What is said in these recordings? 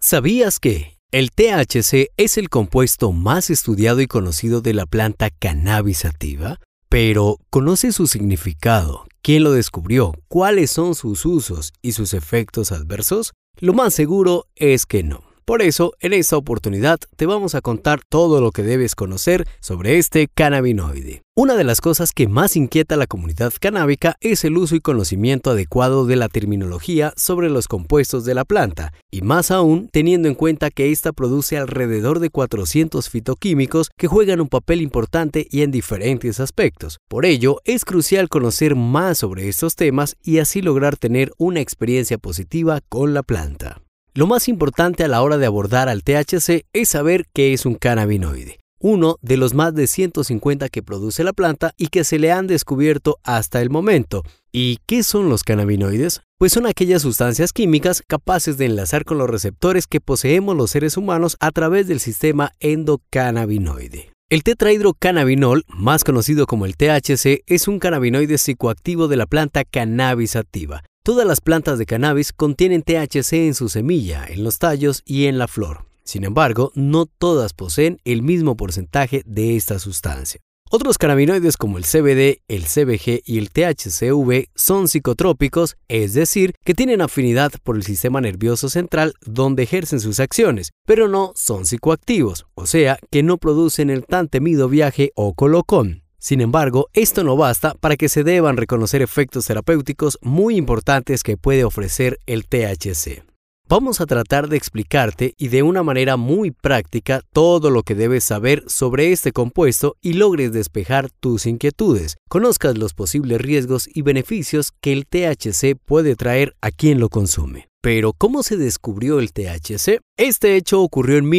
¿Sabías que el THC es el compuesto más estudiado y conocido de la planta Cannabis sativa? Pero, ¿conoces su significado? ¿Quién lo descubrió? ¿Cuáles son sus usos y sus efectos adversos? Lo más seguro es que no. Por eso, en esta oportunidad te vamos a contar todo lo que debes conocer sobre este cannabinoide. Una de las cosas que más inquieta a la comunidad canábica es el uso y conocimiento adecuado de la terminología sobre los compuestos de la planta, y más aún teniendo en cuenta que esta produce alrededor de 400 fitoquímicos que juegan un papel importante y en diferentes aspectos. Por ello, es crucial conocer más sobre estos temas y así lograr tener una experiencia positiva con la planta. Lo más importante a la hora de abordar al THC es saber qué es un cannabinoide, uno de los más de 150 que produce la planta y que se le han descubierto hasta el momento. ¿Y qué son los cannabinoides? Pues son aquellas sustancias químicas capaces de enlazar con los receptores que poseemos los seres humanos a través del sistema endocannabinoide. El tetrahidrocannabinol, más conocido como el THC, es un cannabinoide psicoactivo de la planta Cannabis sativa. Todas las plantas de cannabis contienen THC en su semilla, en los tallos y en la flor. Sin embargo, no todas poseen el mismo porcentaje de esta sustancia. Otros cannabinoides como el CBD, el CBG y el THCV son psicotrópicos, es decir, que tienen afinidad por el sistema nervioso central donde ejercen sus acciones, pero no son psicoactivos, o sea, que no producen el tan temido viaje o colocón. Sin embargo, esto no basta para que se deban reconocer efectos terapéuticos muy importantes que puede ofrecer el THC. Vamos a tratar de explicarte y de una manera muy práctica todo lo que debes saber sobre este compuesto y logres despejar tus inquietudes, conozcas los posibles riesgos y beneficios que el THC puede traer a quien lo consume. Pero, ¿cómo se descubrió el THC? Este hecho ocurrió en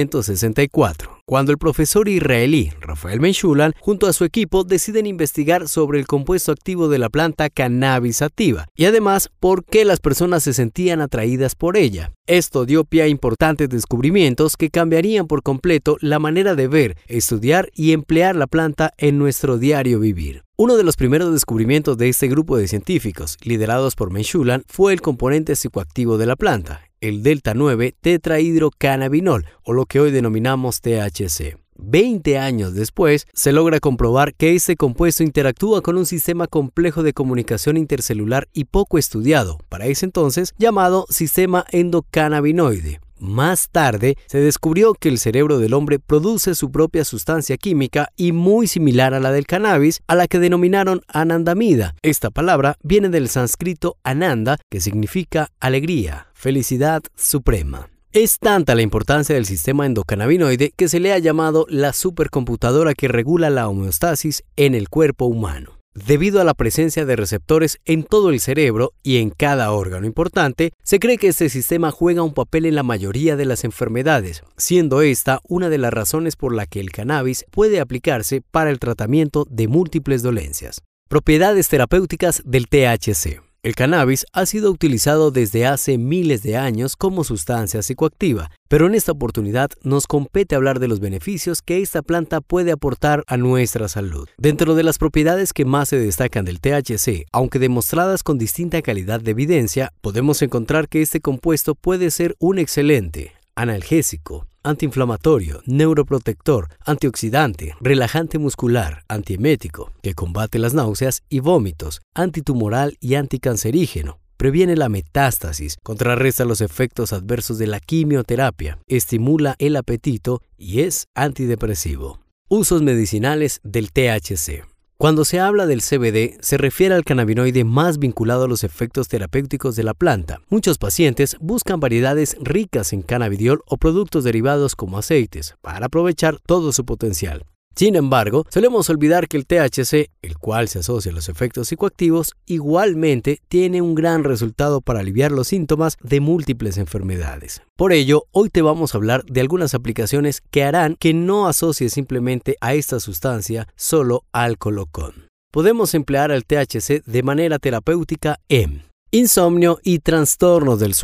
1964, cuando el profesor israelí Raphael Mechoulam junto a su equipo deciden investigar sobre el compuesto activo de la planta Cannabis sativa y además por qué las personas se sentían atraídas por ella. Esto dio pie a importantes descubrimientos que cambiarían por completo la manera de ver, estudiar y emplear la planta en nuestro diario vivir. Uno de los primeros descubrimientos de este grupo de científicos, liderados por Mechoulam, fue el componente psicoactivo de la planta, el delta-9 tetrahidrocannabinol, o lo que hoy denominamos THC. 20 años después, se logra comprobar que este compuesto interactúa con un sistema complejo de comunicación intercelular y poco estudiado, para ese entonces llamado sistema endocannabinoide. Más tarde, se descubrió que el cerebro del hombre produce su propia sustancia química y muy similar a la del cannabis, a la que denominaron anandamida. Esta palabra viene del sánscrito ananda, que significa alegría, felicidad suprema. Es tanta la importancia del sistema endocannabinoide que se le ha llamado la supercomputadora que regula la homeostasis en el cuerpo humano. Debido a la presencia de receptores en todo el cerebro y en cada órgano importante, se cree que este sistema juega un papel en la mayoría de las enfermedades, siendo esta una de las razones por la que el cannabis puede aplicarse para el tratamiento de múltiples dolencias. Propiedades terapéuticas del THC. El cannabis ha sido utilizado desde hace miles de años como sustancia psicoactiva, pero en esta oportunidad nos compete hablar de los beneficios que esta planta puede aportar a nuestra salud. Dentro de las propiedades que más se destacan del THC, aunque demostradas con distinta calidad de evidencia, podemos encontrar que este compuesto puede ser un excelente analgésico, antiinflamatorio, neuroprotector, antioxidante, relajante muscular, antiemético, que combate las náuseas y vómitos, antitumoral y anticancerígeno. Previene la metástasis, contrarresta los efectos adversos de la quimioterapia, estimula el apetito y es antidepresivo. Usos medicinales del THC. Cuando se habla del CBD, se refiere al cannabinoide más vinculado a los efectos terapéuticos de la planta. Muchos pacientes buscan variedades ricas en cannabidiol o productos derivados como aceites para aprovechar todo su potencial. Sin embargo, solemos olvidar que el THC, el cual se asocia a los efectos psicoactivos, igualmente tiene un gran resultado para aliviar los síntomas de múltiples enfermedades. Por ello, hoy te vamos a hablar de algunas aplicaciones que harán que no asocies simplemente a esta sustancia solo al colocón. Podemos emplear el THC de manera terapéutica en insomnio y trastornos del sueño.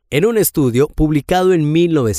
En un estudio publicado en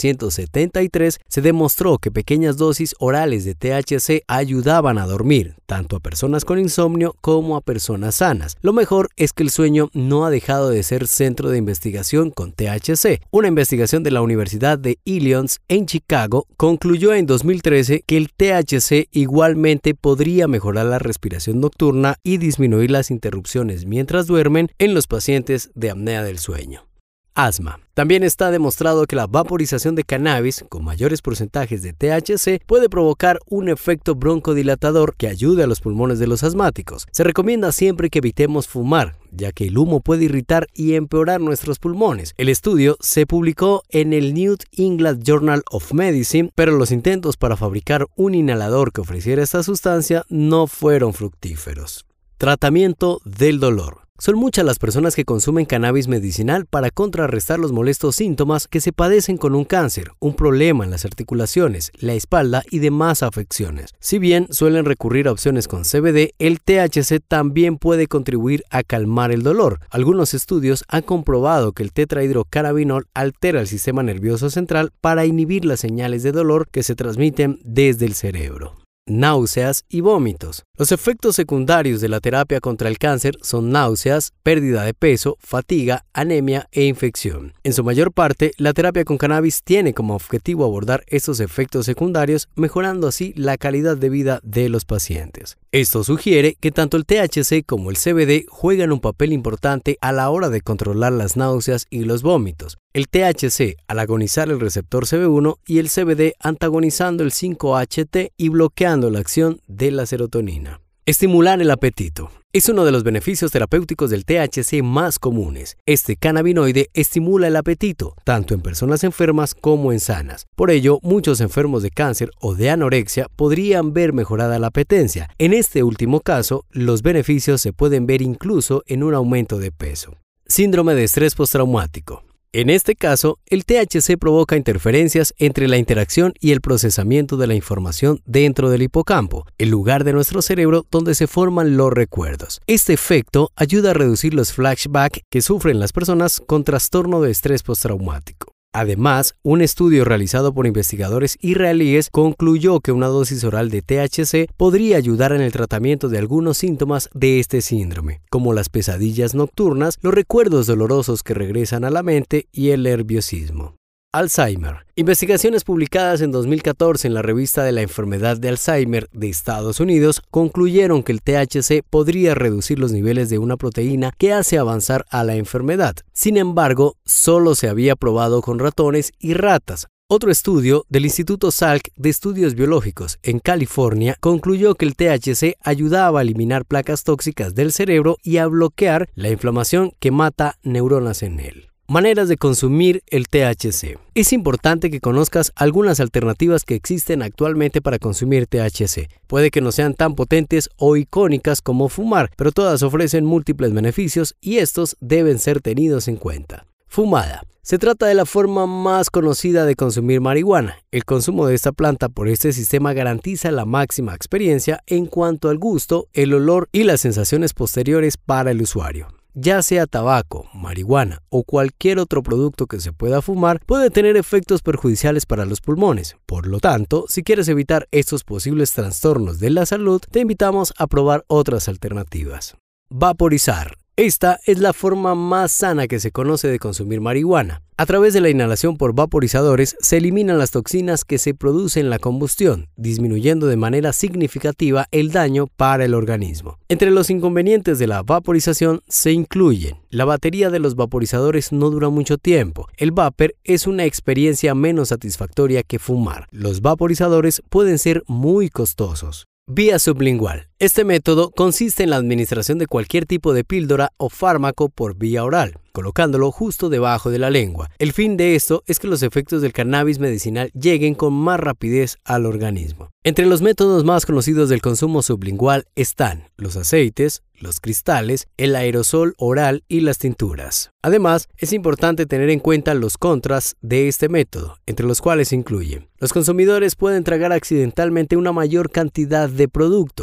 1973, se demostró que pequeñas dosis orales de THC ayudaban a dormir, tanto a personas con insomnio como a personas sanas. Lo mejor es que el sueño no ha dejado de ser centro de investigación con THC. Una investigación de la Universidad de Illinois en Chicago concluyó en 2013 que el THC igualmente podría mejorar la respiración nocturna y disminuir las interrupciones mientras duermen en los pacientes de apnea del sueño. Asma. También está demostrado que la vaporización de cannabis con mayores porcentajes de THC puede provocar un efecto broncodilatador que ayude a los pulmones de los asmáticos. Se recomienda siempre que evitemos fumar, ya que el humo puede irritar y empeorar nuestros pulmones. El estudio se publicó en el New England Journal of Medicine, pero los intentos para fabricar un inhalador que ofreciera esta sustancia no fueron fructíferos. Tratamiento del dolor. Son muchas las personas que consumen cannabis medicinal para contrarrestar los molestos síntomas que se padecen con un cáncer, un problema en las articulaciones, la espalda y demás afecciones. Si bien suelen recurrir a opciones con CBD, el THC también puede contribuir a calmar el dolor. Algunos estudios han comprobado que el tetrahidrocannabinol altera el sistema nervioso central para inhibir las señales de dolor que se transmiten desde el cerebro. Náuseas y vómitos. Los efectos secundarios de la terapia contra el cáncer son náuseas, pérdida de peso, fatiga, anemia e infección. En su mayor parte, la terapia con cannabis tiene como objetivo abordar estos efectos secundarios, mejorando así la calidad de vida de los pacientes. Esto sugiere que tanto el THC como el CBD juegan un papel importante a la hora de controlar las náuseas y los vómitos. El THC al agonizar el receptor CB1 y el CBD antagonizando el 5-HT y bloqueando la acción de la serotonina. Estimular el apetito. Es uno de los beneficios terapéuticos del THC más comunes. Este cannabinoide estimula el apetito, tanto en personas enfermas como en sanas. Por ello, muchos enfermos de cáncer o de anorexia podrían ver mejorada la apetencia. En este último caso, los beneficios se pueden ver incluso en un aumento de peso. Síndrome de estrés postraumático. En este caso, el THC provoca interferencias entre la interacción y el procesamiento de la información dentro del hipocampo, el lugar de nuestro cerebro donde se forman los recuerdos. Este efecto ayuda a reducir los flashbacks que sufren las personas con trastorno de estrés postraumático. Además, un estudio realizado por investigadores israelíes concluyó que una dosis oral de THC podría ayudar en el tratamiento de algunos síntomas de este síndrome, como las pesadillas nocturnas, los recuerdos dolorosos que regresan a la mente y el nerviosismo. Alzheimer. Investigaciones publicadas en 2014 en la revista de la enfermedad de Alzheimer de Estados Unidos concluyeron que el THC podría reducir los niveles de una proteína que hace avanzar a la enfermedad. Sin embargo, solo se había probado con ratones y ratas. Otro estudio del Instituto Salk de Estudios Biológicos en California concluyó que el THC ayudaba a eliminar placas tóxicas del cerebro y a bloquear la inflamación que mata neuronas en él. Maneras de consumir el THC. Es importante que conozcas algunas alternativas que existen actualmente para consumir THC. Puede que no sean tan potentes o icónicas como fumar, pero todas ofrecen múltiples beneficios y estos deben ser tenidos en cuenta. Fumada. Se trata de la forma más conocida de consumir marihuana. El consumo de esta planta por este sistema garantiza la máxima experiencia en cuanto al gusto, el olor y las sensaciones posteriores para el usuario. Ya sea tabaco, marihuana o cualquier otro producto que se pueda fumar, puede tener efectos perjudiciales para los pulmones. Por lo tanto, si quieres evitar estos posibles trastornos de la salud, te invitamos a probar otras alternativas. Vaporizar. Esta es la forma más sana que se conoce de consumir marihuana. A través de la inhalación por vaporizadores se eliminan las toxinas que se producen en la combustión, disminuyendo de manera significativa el daño para el organismo. Entre los inconvenientes de la vaporización se incluyen: la batería de los vaporizadores no dura mucho tiempo. El vapor es una experiencia menos satisfactoria que fumar. Los vaporizadores pueden ser muy costosos. Vía sublingual. Este método consiste en la administración de cualquier tipo de píldora o fármaco por vía oral, colocándolo justo debajo de la lengua. El fin de esto es que los efectos del cannabis medicinal lleguen con más rapidez al organismo. Entre los métodos más conocidos del consumo sublingual están los aceites, los cristales, el aerosol oral y las tinturas. Además, es importante tener en cuenta los contras de este método, entre los cuales incluyen: los consumidores pueden tragar accidentalmente una mayor cantidad de producto, lo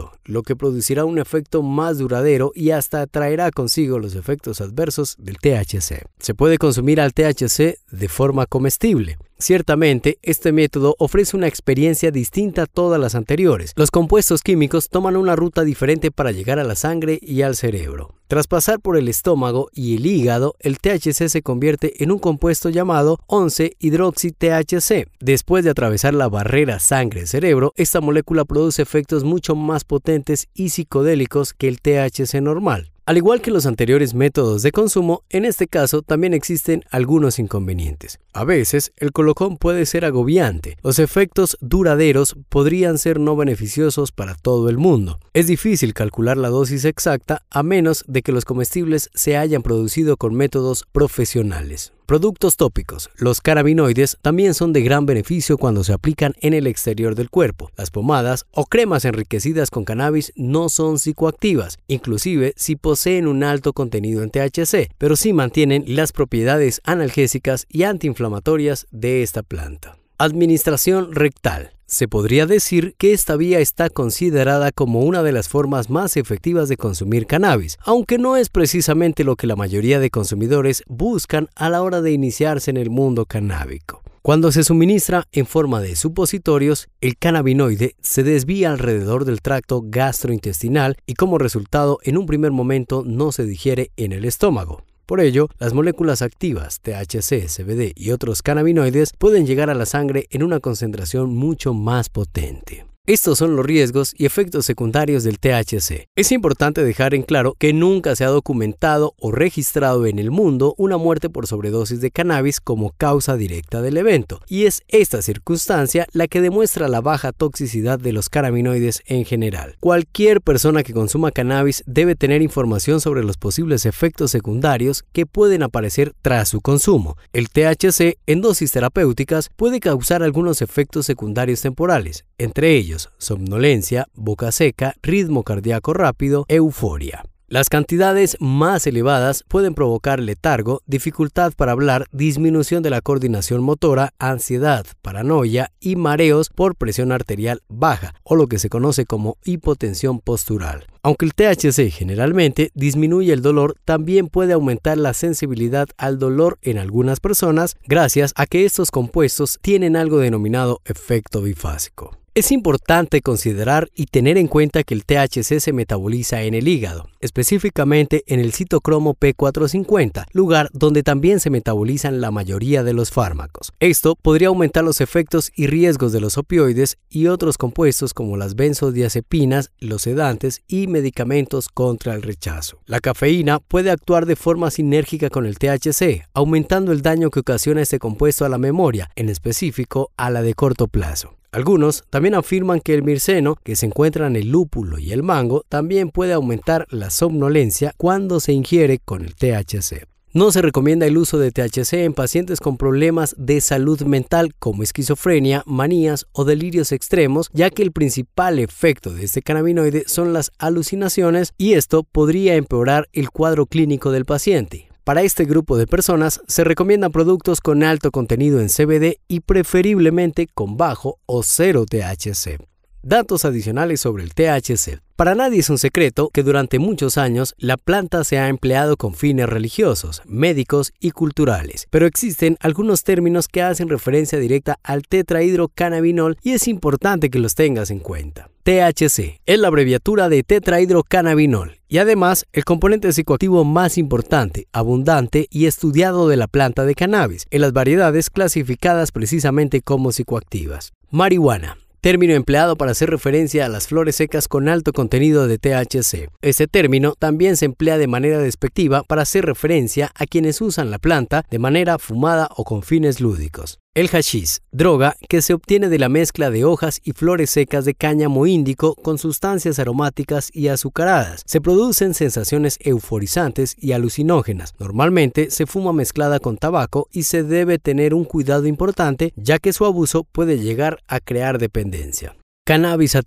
que producirá un efecto más duradero y hasta traerá consigo los efectos adversos del THC. Se puede consumir al THC de forma comestible. Ciertamente, este método ofrece una experiencia distinta a todas las anteriores. Los compuestos químicos toman una ruta diferente para llegar a la sangre y al cerebro. Tras pasar por el estómago y el hígado, el THC se convierte en un compuesto llamado 11-hidroxi-THC. Después de atravesar la barrera sangre-cerebro, esta molécula produce efectos mucho más potentes y psicodélicos que el THC normal. Al igual que los anteriores métodos de consumo, en este caso también existen algunos inconvenientes. A veces, el colocón puede ser agobiante. Los efectos duraderos podrían ser no beneficiosos para todo el mundo. Es difícil calcular la dosis exacta a menos de que los comestibles se hayan producido con métodos profesionales. Productos tópicos. Los cannabinoides también son de gran beneficio cuando se aplican en el exterior del cuerpo. Las pomadas o cremas enriquecidas con cannabis no son psicoactivas, inclusive si poseen un alto contenido en THC, pero sí mantienen las propiedades analgésicas y antiinflamatorias de esta planta. Administración rectal. Se podría decir que esta vía está considerada como una de las formas más efectivas de consumir cannabis, aunque no es precisamente lo que la mayoría de consumidores buscan a la hora de iniciarse en el mundo canábico. Cuando se suministra en forma de supositorios, el cannabinoide se desvía alrededor del tracto gastrointestinal y como resultado en un primer momento no se digiere en el estómago. Por ello, las moléculas activas, THC, CBD y otros cannabinoides pueden llegar a la sangre en una concentración mucho más potente. Estos son los riesgos y efectos secundarios del THC. Es importante dejar en claro que nunca se ha documentado o registrado en el mundo una muerte por sobredosis de cannabis como causa directa del evento, y es esta circunstancia la que demuestra la baja toxicidad de los cannabinoides en general. Cualquier persona que consuma cannabis debe tener información sobre los posibles efectos secundarios que pueden aparecer tras su consumo. El THC en dosis terapéuticas puede causar algunos efectos secundarios temporales, entre ellos somnolencia, boca seca, ritmo cardíaco rápido, euforia. Las cantidades más elevadas pueden provocar letargo, dificultad para hablar, disminución de la coordinación motora, ansiedad, paranoia y mareos por presión arterial baja, o lo que se conoce como hipotensión postural. Aunque el THC generalmente disminuye el dolor, también puede aumentar la sensibilidad al dolor en algunas personas gracias a que estos compuestos tienen algo denominado efecto bifásico. Es importante considerar y tener en cuenta que el THC se metaboliza en el hígado, específicamente en el citocromo P450, lugar donde también se metabolizan la mayoría de los fármacos. Esto podría aumentar los efectos y riesgos de los opioides y otros compuestos como las benzodiazepinas, los sedantes y medicamentos contra el rechazo. La cafeína puede actuar de forma sinérgica con el THC, aumentando el daño que ocasiona este compuesto a la memoria, en específico a la de corto plazo. Algunos también afirman que el mirceno, que se encuentra en el lúpulo y el mango, también puede aumentar la somnolencia cuando se ingiere con el THC. No se recomienda el uso de THC en pacientes con problemas de salud mental como esquizofrenia, manías o delirios extremos, ya que el principal efecto de este cannabinoide son las alucinaciones y esto podría empeorar el cuadro clínico del paciente. Para este grupo de personas se recomiendan productos con alto contenido en CBD y preferiblemente con bajo o cero THC. Datos adicionales sobre el THC. Para nadie es un secreto que durante muchos años la planta se ha empleado con fines religiosos, médicos y culturales, pero existen algunos términos que hacen referencia directa al tetrahidrocannabinol y es importante que los tengas en cuenta. THC es la abreviatura de tetrahidrocannabinol y además el componente psicoactivo más importante, abundante y estudiado de la planta de cannabis, en las variedades clasificadas precisamente como psicoactivas. Marihuana. Término empleado para hacer referencia a las flores secas con alto contenido de THC. Este término también se emplea de manera despectiva para hacer referencia a quienes usan la planta de manera fumada o con fines lúdicos. El hachís, droga que se obtiene de la mezcla de hojas y flores secas de cáñamo índico con sustancias aromáticas y azucaradas. Se producen sensaciones euforizantes y alucinógenas. Normalmente se fuma mezclada con tabaco y se debe tener un cuidado importante ya que su abuso puede llegar a crear dependencia. Cannabis sativa.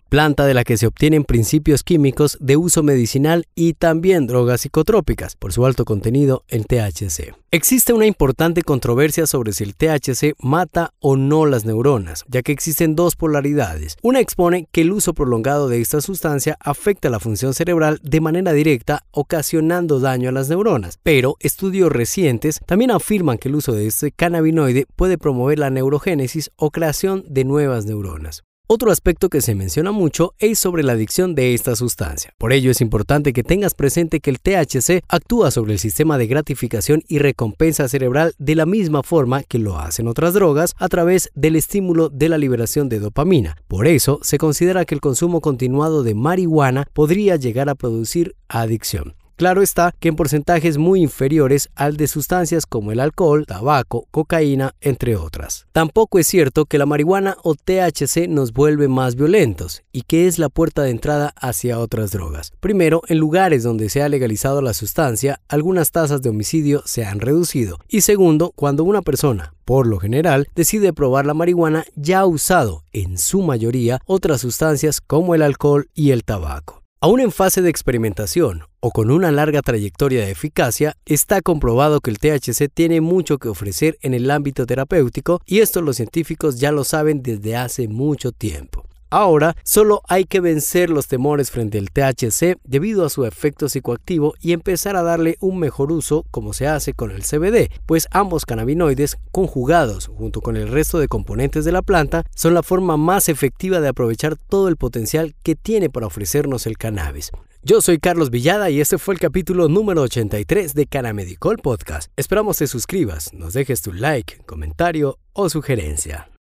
planta de la que se obtienen principios químicos de uso medicinal y también drogas psicotrópicas por su alto contenido en THC. Existe una importante controversia sobre si el THC mata o no las neuronas, ya que existen dos polaridades. Una expone que el uso prolongado de esta sustancia afecta la función cerebral de manera directa, ocasionando daño a las neuronas, pero estudios recientes también afirman que el uso de este cannabinoide puede promover la neurogénesis o creación de nuevas neuronas. Otro aspecto que se menciona mucho es sobre la adicción de esta sustancia. Por ello es importante que tengas presente que el THC actúa sobre el sistema de gratificación y recompensa cerebral de la misma forma que lo hacen otras drogas a través del estímulo de la liberación de dopamina. Por eso se considera que el consumo continuado de marihuana podría llegar a producir adicción. Claro está que en porcentajes muy inferiores al de sustancias como el alcohol, tabaco, cocaína, entre otras. Tampoco es cierto que la marihuana o THC nos vuelve más violentos y que es la puerta de entrada hacia otras drogas. Primero, en lugares donde se ha legalizado la sustancia, algunas tasas de homicidio se han reducido. Y segundo, cuando una persona, por lo general, decide probar la marihuana, ya ha usado, en su mayoría, otras sustancias como el alcohol y el tabaco. Aún en fase de experimentación o con una larga trayectoria de eficacia, está comprobado que el THC tiene mucho que ofrecer en el ámbito terapéutico y esto los científicos ya lo saben desde hace mucho tiempo. Ahora, solo hay que vencer los temores frente al THC debido a su efecto psicoactivo y empezar a darle un mejor uso como se hace con el CBD, pues ambos cannabinoides conjugados junto con el resto de componentes de la planta son la forma más efectiva de aprovechar todo el potencial que tiene para ofrecernos el cannabis. Yo soy Carlos Villada y este fue el capítulo número 83 de Canamedicol Podcast. Esperamos te suscribas, nos dejes tu like, comentario o sugerencia.